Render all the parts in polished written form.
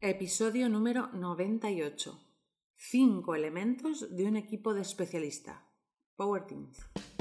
Episodio número 98. 5 elementos de un equipo de especialista. Power Teams.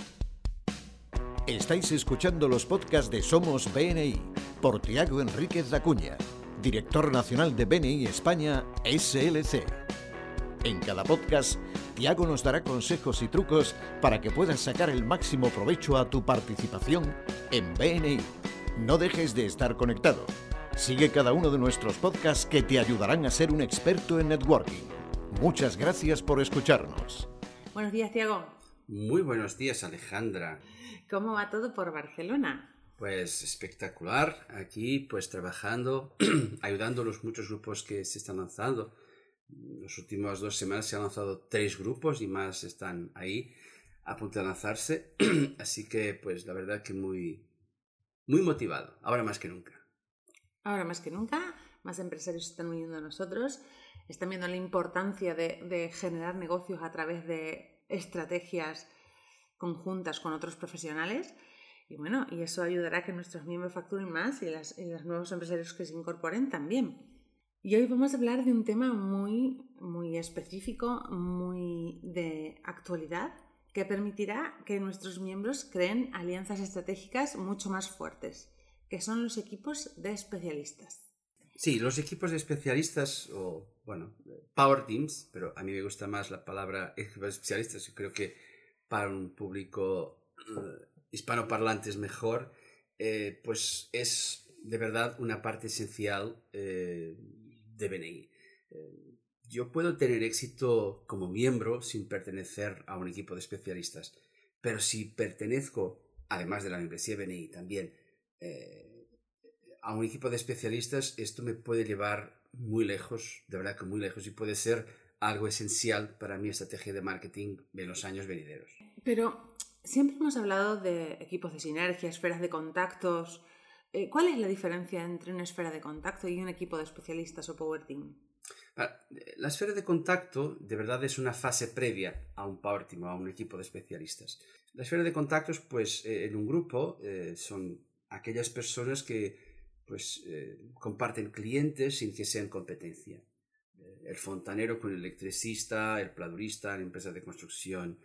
Estáis escuchando los podcasts de Somos BNI por Tiago Enríquez Acuña, director nacional de BNI España SLC. En cada podcast, Tiago nos dará consejos y trucos para que puedas sacar el máximo provecho a tu participación en BNI. No dejes de estar conectado. Sigue cada uno de nuestros podcasts que te ayudarán a ser un experto en networking. Muchas gracias por escucharnos. Buenos días, Tiago. Muy buenos días, Alejandra. ¿Cómo va todo por Barcelona? Pues espectacular. Aquí pues trabajando, ayudando a los muchos grupos que se están lanzando. Las últimas 2 semanas se han lanzado 3 grupos y más están ahí a punto de lanzarse. Así que pues la verdad que muy motivado, ahora más que nunca. Ahora más que nunca, más empresarios se están uniendo a nosotros, están viendo la importancia de generar negocios a través de estrategias conjuntas con otros profesionales y bueno, y eso ayudará a que nuestros miembros facturen más y los nuevos empresarios que se incorporen también. Y hoy vamos a hablar de un tema muy específico, muy de actualidad, que permitirá que nuestros miembros creen alianzas estratégicas mucho más fuertes, que son los equipos de especialistas. Sí, los equipos de especialistas o, bueno, Power Teams, pero a mí me gusta más la palabra equipos de especialistas. Yo creo que para un público hispanoparlante es mejor, pues es de verdad una parte esencial de BNI. Yo puedo tener éxito como miembro sin pertenecer a un equipo de especialistas, pero si pertenezco, además de la membresía BNI también, a un equipo de especialistas, esto me puede llevar muy lejos, de verdad que muy lejos, y puede ser algo esencial para mi estrategia de marketing en los años venideros. Pero siempre hemos hablado de equipos de sinergia, esferas de contactos. ¿Cuál es la diferencia entre una esfera de contacto y un equipo de especialistas o Power Team? La esfera de contacto de verdad es una fase previa a un Power Team o a un equipo de especialistas. La esfera de contactos, pues en un grupo son aquellas personas que comparten clientes sin que sean competencia. El fontanero con el electricista, el planurista, la empresa de construcción,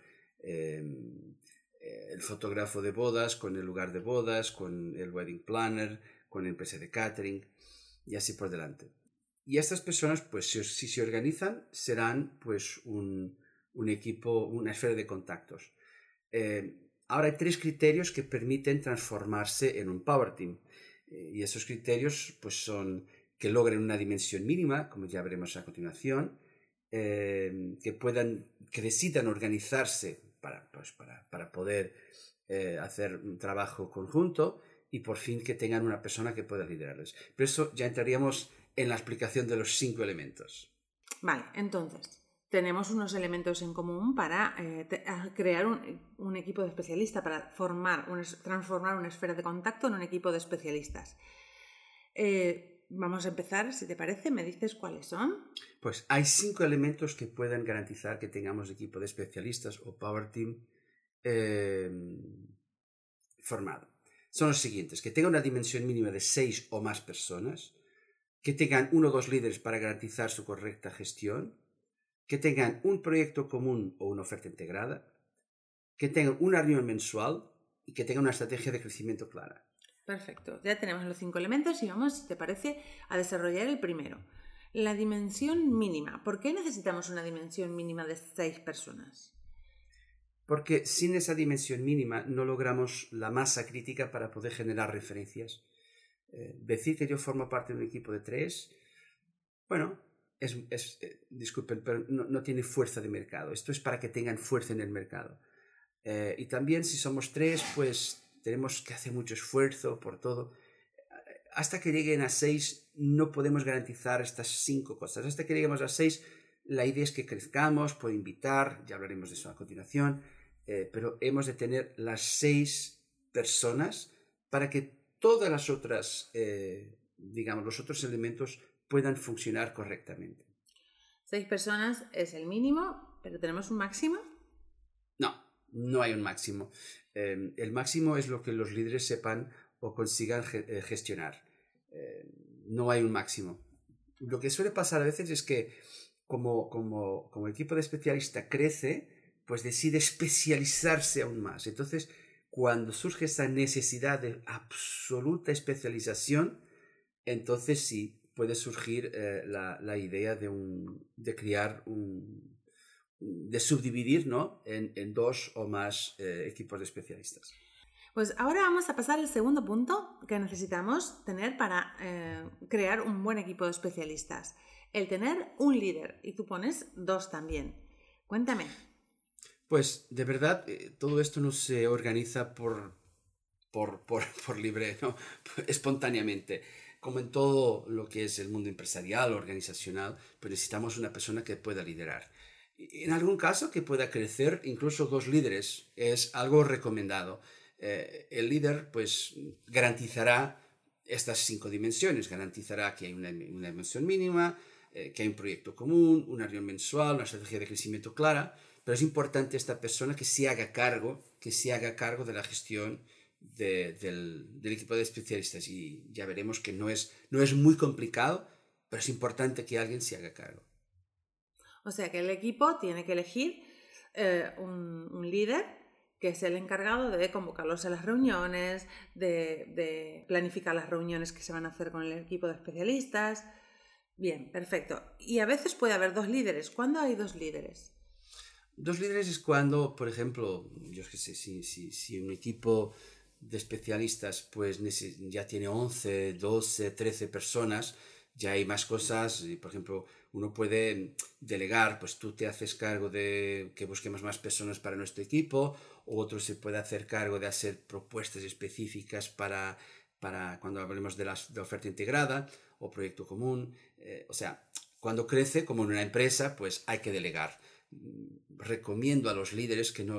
el fotógrafo de bodas con el lugar de bodas, con el wedding planner, con la empresa de catering y así por delante. Y estas personas, pues si se organizan, serán pues un equipo, una esfera de contactos. Ahora hay 3 criterios que permiten transformarse en un Power Team. Y esos criterios pues son que logren una dimensión mínima, como ya veremos a continuación, que decidan organizarse para poder hacer un trabajo conjunto y por fin que tengan una persona que pueda liderarles. Pero eso ya entraríamos en la explicación de los 5 elementos. Vale, entonces tenemos unos elementos en común para crear un equipo de especialistas, para transformar una esfera de contacto en un equipo de especialistas. Vamos a empezar, si te parece, ¿me dices cuáles son? Pues hay 5 elementos que puedan garantizar que tengamos equipo de especialistas o Power Team formado. Son los siguientes: que tenga una dimensión mínima de 6 o más personas, que tengan 1 o 2 líderes para garantizar su correcta gestión, que tengan un proyecto común o una oferta integrada, que tengan una reunión mensual y que tengan una estrategia de crecimiento clara. Perfecto, ya tenemos los 5 elementos y vamos, si te parece, a desarrollar el primero. La dimensión mínima. ¿Por qué necesitamos una dimensión mínima de 6 personas? Porque sin esa dimensión mínima no logramos la masa crítica para poder generar referencias. Decir que yo formo parte de un equipo de 3, bueno, disculpen, pero no tiene fuerza de mercado. Esto es para que tengan fuerza en el mercado. Y también si somos 3, pues tenemos que hacer mucho esfuerzo por todo. Hasta que lleguen a 6 no podemos garantizar estas 5 cosas. Hasta que lleguemos a 6, la idea es que crezcamos, por invitar, ya hablaremos de eso a continuación, pero hemos de tener las 6 personas para que todas las otras, los otros elementos puedan funcionar correctamente. 6 personas es el mínimo, pero ¿tenemos un máximo? No hay un máximo. El máximo es lo que los líderes sepan o consigan gestionar. No hay un máximo. Lo que suele pasar a veces es que como el equipo de especialista crece, pues decide especializarse aún más. Entonces, cuando surge esa necesidad de absoluta especialización, entonces sí puede surgir la idea de crear de subdividir, ¿no? en dos o más equipos de especialistas. Pues ahora vamos a pasar al segundo punto que necesitamos tener para crear un buen equipo de especialistas. El tener un líder, y tú pones 2 también. Cuéntame. Pues de verdad, todo esto no se organiza por libre, ¿no? Espontáneamente. Como en todo lo que es el mundo empresarial, organizacional, pues necesitamos una persona que pueda liderar. En algún caso que pueda crecer, incluso 2 líderes, es algo recomendado. El líder pues garantizará estas 5 dimensiones, garantizará que hay una dimensión mínima, que hay un proyecto común, una reunión mensual, una estrategia de crecimiento clara, pero es importante esta persona que se haga cargo de la gestión del equipo de especialistas, y ya veremos que no es muy complicado, pero es importante que alguien se haga cargo. O sea que el equipo tiene que elegir un líder que es el encargado de convocarlos a las reuniones, de planificar las reuniones que se van a hacer con el equipo de especialistas. Bien, perfecto. Y a veces puede haber 2 líderes. ¿Cuándo hay 2 líderes? 2 líderes es cuando, por ejemplo, yo qué sé, si un equipo de especialistas pues ya tiene 11, 12, 13 personas, ya hay más cosas. Y, por ejemplo, uno puede delegar, pues tú te haces cargo de que busquemos más personas para nuestro equipo, o otro se puede hacer cargo de hacer propuestas específicas para cuando hablemos de oferta integrada o proyecto común. O sea, cuando crece como en una empresa, pues hay que delegar. Recomiendo a los líderes que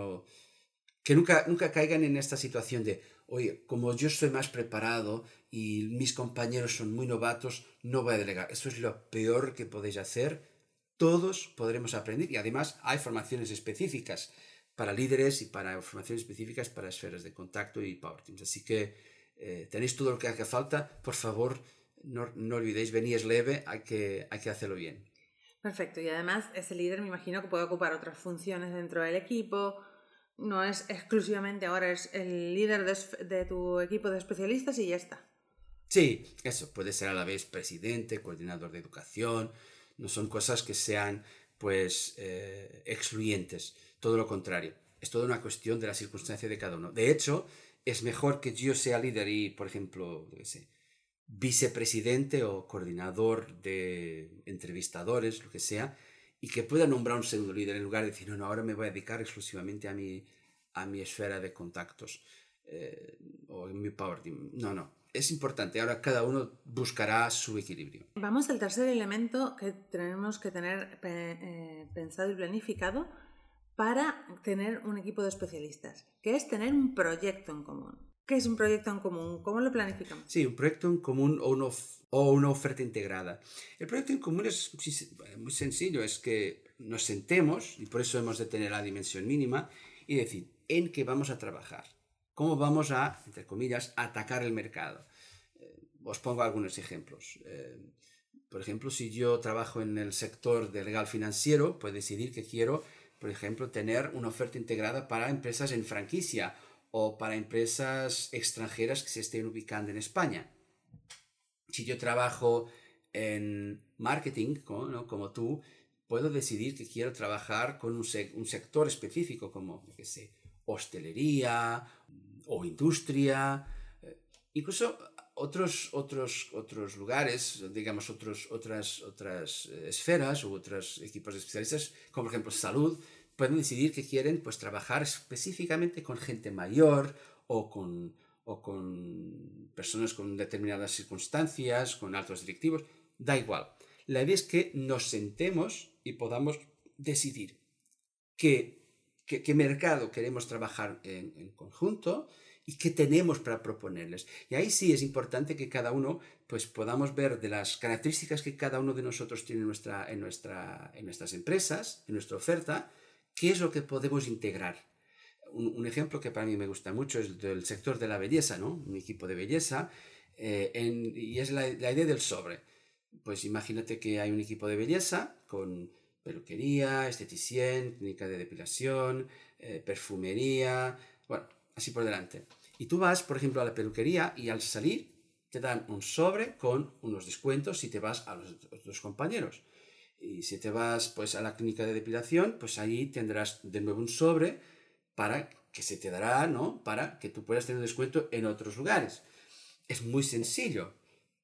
nunca caigan en esta situación de, oye, como yo soy más preparado y mis compañeros son muy novatos, no voy a delegar. Eso es lo peor que podéis hacer. Todos podremos aprender, y además hay formaciones específicas para líderes y para formaciones específicas para esferas de contacto y Power Teams. Así que tenéis todo lo que haga falta. Por favor, no olvidéis, venir es leve, hay que hacerlo bien. Perfecto, y además ese líder me imagino que puede ocupar otras funciones dentro del equipo. No es exclusivamente ahora es el líder de tu equipo de especialistas y ya está. Sí, eso puede ser a la vez presidente, coordinador de educación. No son cosas que sean pues excluyentes, todo lo contrario. Es toda una cuestión de la circunstancia de cada uno. De hecho, es mejor que yo sea líder y, por ejemplo, vicepresidente o coordinador de entrevistadores, lo que sea, y que pueda nombrar un segundo líder en lugar de decir, no, ahora me voy a dedicar exclusivamente a mi esfera de contactos o en mi Power Team. No. Es importante. Ahora cada uno buscará su equilibrio. Vamos al tercer elemento que tenemos que tener pensado y planificado para tener un equipo de especialistas, que es tener un proyecto en común. ¿Qué es un proyecto en común? ¿Cómo lo planificamos? Sí, un proyecto en común o una oferta integrada. El proyecto en común es muy sencillo, es que nos sentemos, y por eso hemos de tener la dimensión mínima, y decir en qué vamos a trabajar, cómo vamos a, entre comillas, atacar el mercado. Os pongo algunos ejemplos. Por ejemplo, si yo trabajo en el sector de legal financiero, puedo decidir que quiero, por ejemplo, tener una oferta integrada para empresas en franquicia o para empresas extranjeras que se estén ubicando en España. Si yo trabajo en marketing, ¿no? Como tú, puedo decidir que quiero trabajar con un sector específico como, yo qué sé, hostelería o industria, incluso otros lugares, digamos, otras esferas u otros equipos de especialistas, como por ejemplo salud, pueden decidir que quieren pues trabajar específicamente con gente mayor o con personas con determinadas circunstancias, con altos directivos, da igual. La idea es que nos sentemos y podamos decidir qué mercado queremos trabajar en conjunto y qué tenemos para proponerles. Y ahí sí es importante que cada uno pues podamos ver de las características que cada uno de nosotros tiene en nuestras empresas, en nuestra oferta, qué es lo que podemos integrar. Un ejemplo que para mí me gusta mucho es del sector de la belleza, ¿no? Un equipo de belleza, y es la idea del sobre. Pues imagínate que hay un equipo de belleza con peluquería, esteticien, clínica de depilación, perfumería, bueno, así por delante. Y tú vas, por ejemplo, a la peluquería y al salir te dan un sobre con unos descuentos si te vas a los otros compañeros. Y si te vas pues a la clínica de depilación, pues ahí tendrás de nuevo un sobre para que se te dará, ¿no? Para que tú puedas tener un descuento en otros lugares. Es muy sencillo.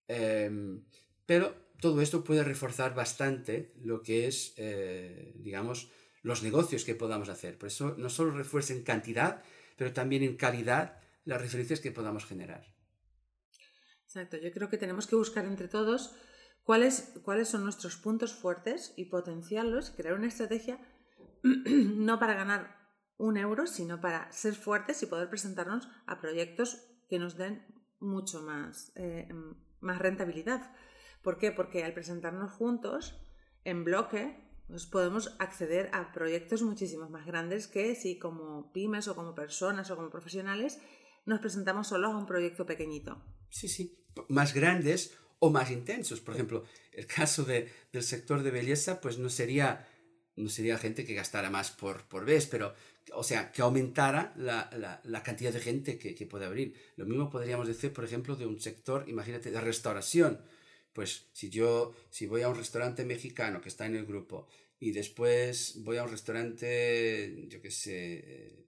Pero todo esto puede reforzar bastante lo que es, digamos, los negocios que podamos hacer. Por eso no solo refuerza en cantidad, pero también en calidad las referencias que podamos generar. Exacto, yo creo que tenemos que buscar entre todos cuáles son nuestros puntos fuertes y potenciarlos, crear una estrategia no para ganar 1 euro, sino para ser fuertes y poder presentarnos a proyectos que nos den mucho más rentabilidad. ¿Por qué? Porque al presentarnos juntos, en bloque, pues podemos acceder a proyectos muchísimo más grandes que si como pymes o como personas o como profesionales nos presentamos solos a un proyecto pequeñito. Sí, más grandes o más intensos. Por ejemplo, el caso del sector de belleza, pues no sería gente que gastara más por vez, pero, o sea, que aumentara la cantidad de gente que puede abrir. Lo mismo podríamos decir, por ejemplo, de un sector, imagínate, de restauración. Pues si voy a un restaurante mexicano que está en el grupo y después voy a un restaurante, yo qué sé,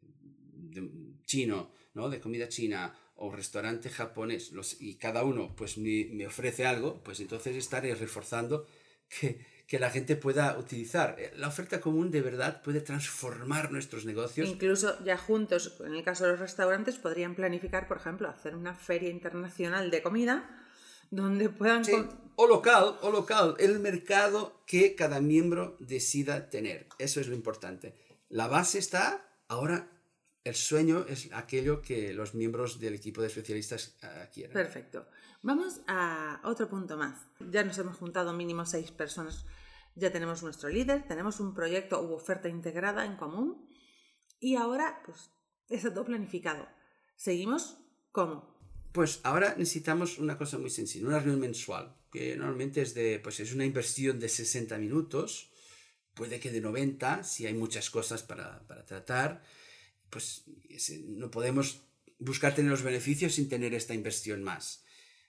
chino, ¿no? De comida china, o restaurante japonés, y cada uno pues me ofrece algo, pues entonces estaré reforzando que la gente pueda utilizar. La oferta común de verdad puede transformar nuestros negocios. Incluso ya juntos, en el caso de los restaurantes, podrían planificar, por ejemplo, hacer una feria internacional de comida donde puedan... Sí, o local, el mercado que cada miembro decida tener. Eso es lo importante. La base está, ahora el sueño es aquello que los miembros del equipo de especialistas quieran. Perfecto. Vamos a otro punto más. Ya nos hemos juntado mínimo 6 personas. Ya tenemos nuestro líder, tenemos un proyecto u oferta integrada en común y ahora pues está todo planificado. ¿Seguimos? ¿Cómo? Pues ahora necesitamos una cosa muy sencilla, una reunión mensual, que normalmente es una inversión de 60 minutos, puede que de 90, si hay muchas cosas para tratar, pues no podemos buscar tener los beneficios sin tener esta inversión más.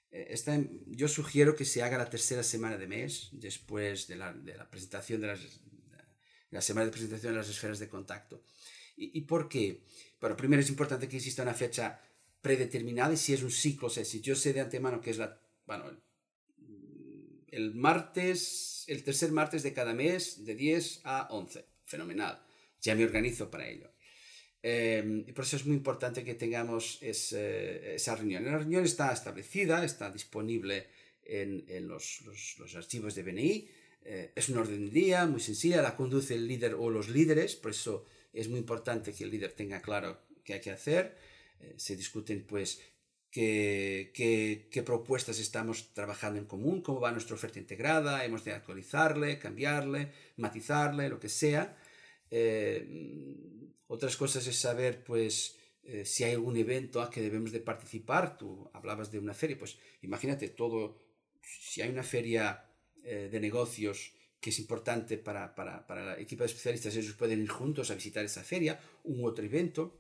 Yo sugiero que se haga la tercera semana de mes, después de la presentación la semana de presentación de las esferas de contacto. ¿Y por qué? Bueno, primero es importante que exista una fecha predeterminada y si es un ciclo, o sea, si yo sé de antemano que es el tercer martes de cada mes de 10 a 11, fenomenal, ya me organizo para ello. Y por eso es muy importante que tengamos esa reunión. La reunión está establecida, está disponible en los archivos de BNI. Es un orden del día muy sencilla, la conduce el líder o los líderes, por eso es muy importante que el líder tenga claro qué hay que hacer. Se discuten pues qué propuestas estamos trabajando en común, cómo va nuestra oferta integrada, hemos de actualizarle, cambiarle, matizarle, lo que sea. Otras cosas es saber pues si hay algún evento a que debemos de participar. Tú hablabas de una feria, pues imagínate si hay una feria de negocios que es importante para el equipo de especialistas, ellos pueden ir juntos a visitar esa feria, un otro evento.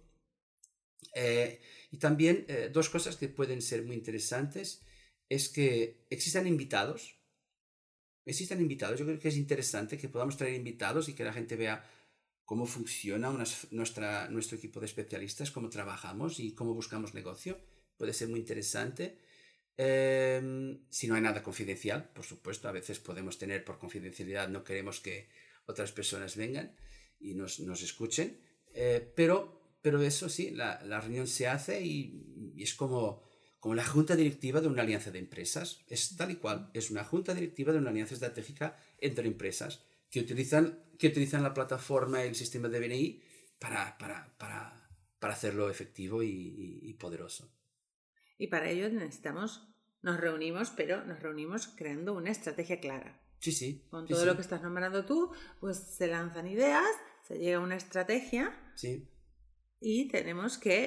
Y también dos cosas que pueden ser muy interesantes es que existan invitados. Yo creo que es interesante que podamos traer invitados y que la gente vea cómo funciona nuestro equipo de especialistas, cómo trabajamos y cómo buscamos negocio. Puede ser muy interesante. Si no hay nada confidencial, por supuesto, a veces podemos tener por confidencialidad, no queremos que otras personas vengan y nos escuchen, pero eso sí, la reunión se hace y es como la junta directiva de una alianza de empresas. Es tal y cual, es una junta directiva de una alianza estratégica entre empresas que utilizan la plataforma y el sistema de BNI para hacerlo efectivo y poderoso. Y para ello nos reunimos creando una estrategia clara. Sí. Con todo lo que estás nombrando tú, pues se lanzan ideas, se llega a una estrategia. Sí. Y tenemos que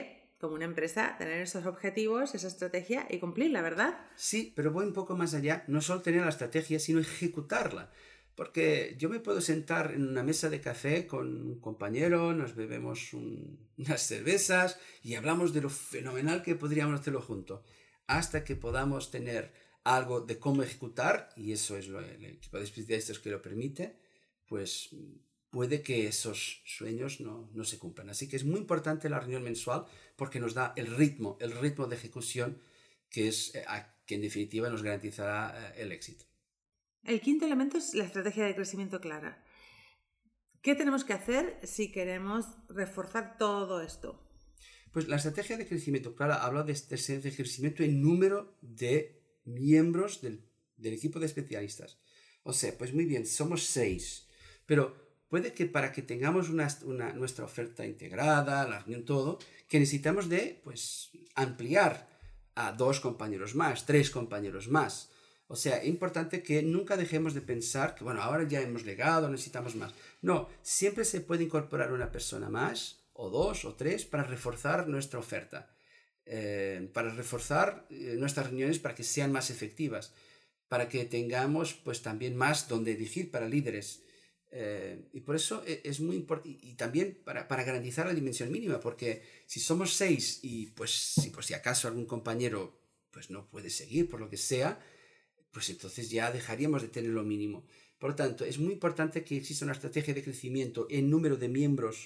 como una empresa, tener esos objetivos, esa estrategia y cumplirla, ¿verdad? Sí, pero voy un poco más allá. No solo tener la estrategia, sino ejecutarla. Porque yo me puedo sentar en una mesa de café con un compañero, nos bebemos unas cervezas y hablamos de lo fenomenal que podríamos hacerlo juntos. Hasta que podamos tener algo de cómo ejecutar, y eso es el equipo de especialistas que lo permite, pues puede que esos sueños no se cumplan. Así que es muy importante la reunión mensual porque nos da el ritmo de ejecución que en definitiva nos garantizará el éxito. El quinto elemento es la estrategia de crecimiento clara. ¿Qué tenemos que hacer si queremos reforzar todo esto? Pues la estrategia de crecimiento clara habla de crecimiento en número de miembros del equipo de especialistas. O sea, pues muy bien, somos 6, pero puede que para que tengamos nuestra oferta integrada, la reunión, todo, que necesitamos de ampliar a 2 compañeros más, 3 compañeros más. O sea, es importante que nunca dejemos de pensar que, ahora ya hemos llegado, necesitamos más. No, siempre se puede incorporar una persona más, o 2, o 3, para reforzar nuestra oferta, para reforzar nuestras reuniones para que sean más efectivas, para que tengamos también más donde elegir para líderes. Y por eso es muy importante, y también para garantizar la dimensión mínima, porque si somos 6 y si por si acaso algún compañero no puede seguir por lo que sea, pues entonces ya dejaríamos de tener lo mínimo. Por lo tanto, es muy importante que exista una estrategia de crecimiento en número de miembros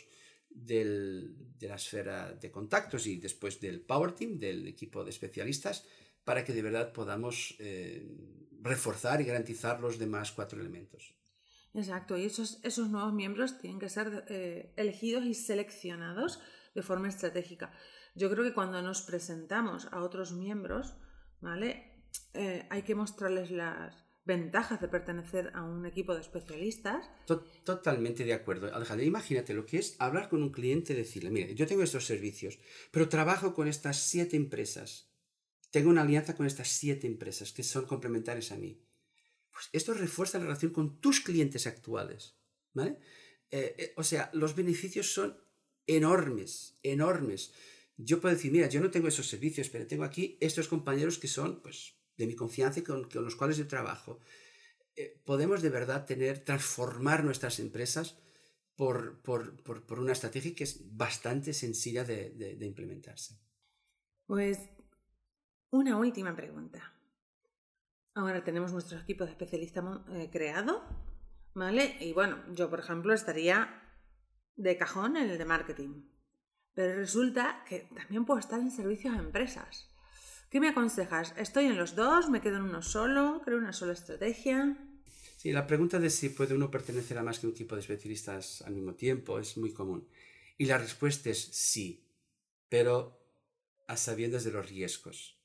de la esfera de contactos y después del Power Team, del equipo de especialistas, para que de verdad podamos reforzar y garantizar los demás 4 elementos. Exacto, y esos nuevos miembros tienen que ser elegidos y seleccionados de forma estratégica. Yo creo que cuando nos presentamos a otros miembros, ¿vale? Hay que mostrarles las ventajas de pertenecer a un equipo de especialistas. Totalmente de acuerdo, Alejandra. Imagínate lo que es hablar con un cliente y decirle, mira, yo tengo estos servicios, pero trabajo con estas 7 empresas. Tengo una alianza con estas 7 empresas que son complementarias a mí. Pues esto refuerza la relación con tus clientes actuales, ¿vale? O sea, los beneficios son enormes, enormes. Yo puedo decir, mira, yo no tengo esos servicios, pero tengo aquí estos compañeros que son, de mi confianza y con los cuales yo trabajo. Podemos de verdad transformar nuestras empresas por una estrategia que es bastante sencilla de implementarse. Pues una última pregunta. Ahora tenemos nuestro equipo de especialistas creado, ¿vale? Y yo, por ejemplo, estaría de cajón en el de marketing. Pero resulta que también puedo estar en servicios a empresas. ¿Qué me aconsejas? ¿Estoy en los 2? ¿Me quedo en uno solo? ¿Creo una sola estrategia? Sí, la pregunta de si puede uno pertenecer a más que un equipo de especialistas al mismo tiempo es muy común. Y la respuesta es sí, pero a sabiendas de los riesgos.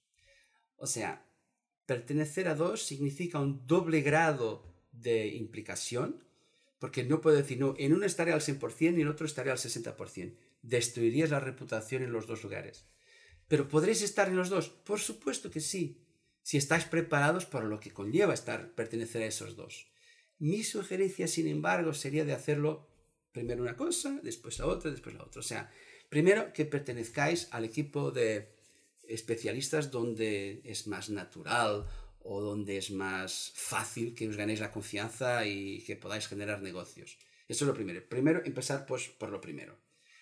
O sea, pertenecer a 2 significa un doble grado de implicación, porque no puedo decir, no, en uno estaré al 100% y en otro estaré al 60%. Destruirías la reputación en los 2 lugares. ¿Pero podréis estar en los 2? Por supuesto que sí, si estáis preparados para lo que conlleva pertenecer a esos 2. Mi sugerencia, sin embargo, sería de hacerlo primero una cosa, después la otra, después la otra. O sea, primero que pertenezcáis al equipo de especialistas donde es más natural o donde es más fácil que os ganéis la confianza y que podáis generar negocios. Eso es lo primero. Primero, empezar por lo primero.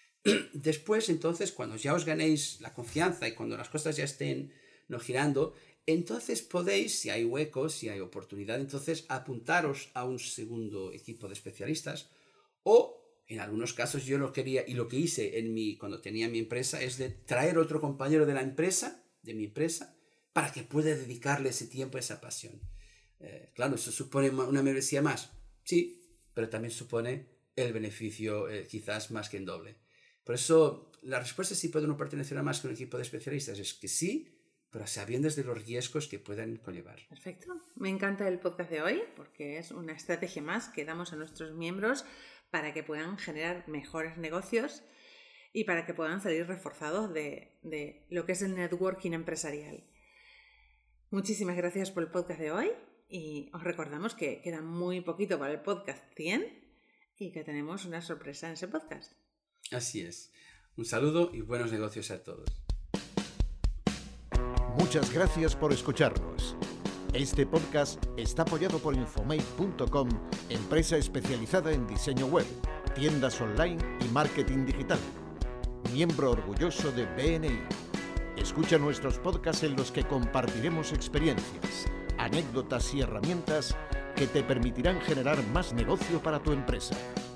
Después, entonces, cuando ya os ganéis la confianza y cuando las cosas ya estén girando, entonces podéis, si hay huecos, si hay oportunidad, entonces apuntaros a un segundo equipo de especialistas. O, en algunos casos, yo lo quería, y lo que hice cuando tenía mi empresa, es de traer otro compañero de mi empresa, para que pueda dedicarle ese tiempo, esa pasión. Claro, eso supone una membresía más, sí, pero también supone el beneficio quizás más que en doble. Por eso, la respuesta si puede uno pertenecer a más que un equipo de especialistas es que sí, pero sabiendo de los riesgos que puedan conllevar. Perfecto. Me encanta el podcast de hoy porque es una estrategia más que damos a nuestros miembros para que puedan generar mejores negocios y para que puedan salir reforzados de lo que es el networking empresarial. Muchísimas gracias por el podcast de hoy y os recordamos que queda muy poquito para el podcast 100 y que tenemos una sorpresa en ese podcast. Así es. Un saludo y buenos negocios a todos. Muchas gracias por escucharnos. Este podcast está apoyado por Infomate.com, empresa especializada en diseño web, tiendas online y marketing digital. Miembro orgulloso de BNI. Escucha nuestros podcasts en los que compartiremos experiencias, anécdotas y herramientas que te permitirán generar más negocio para tu empresa.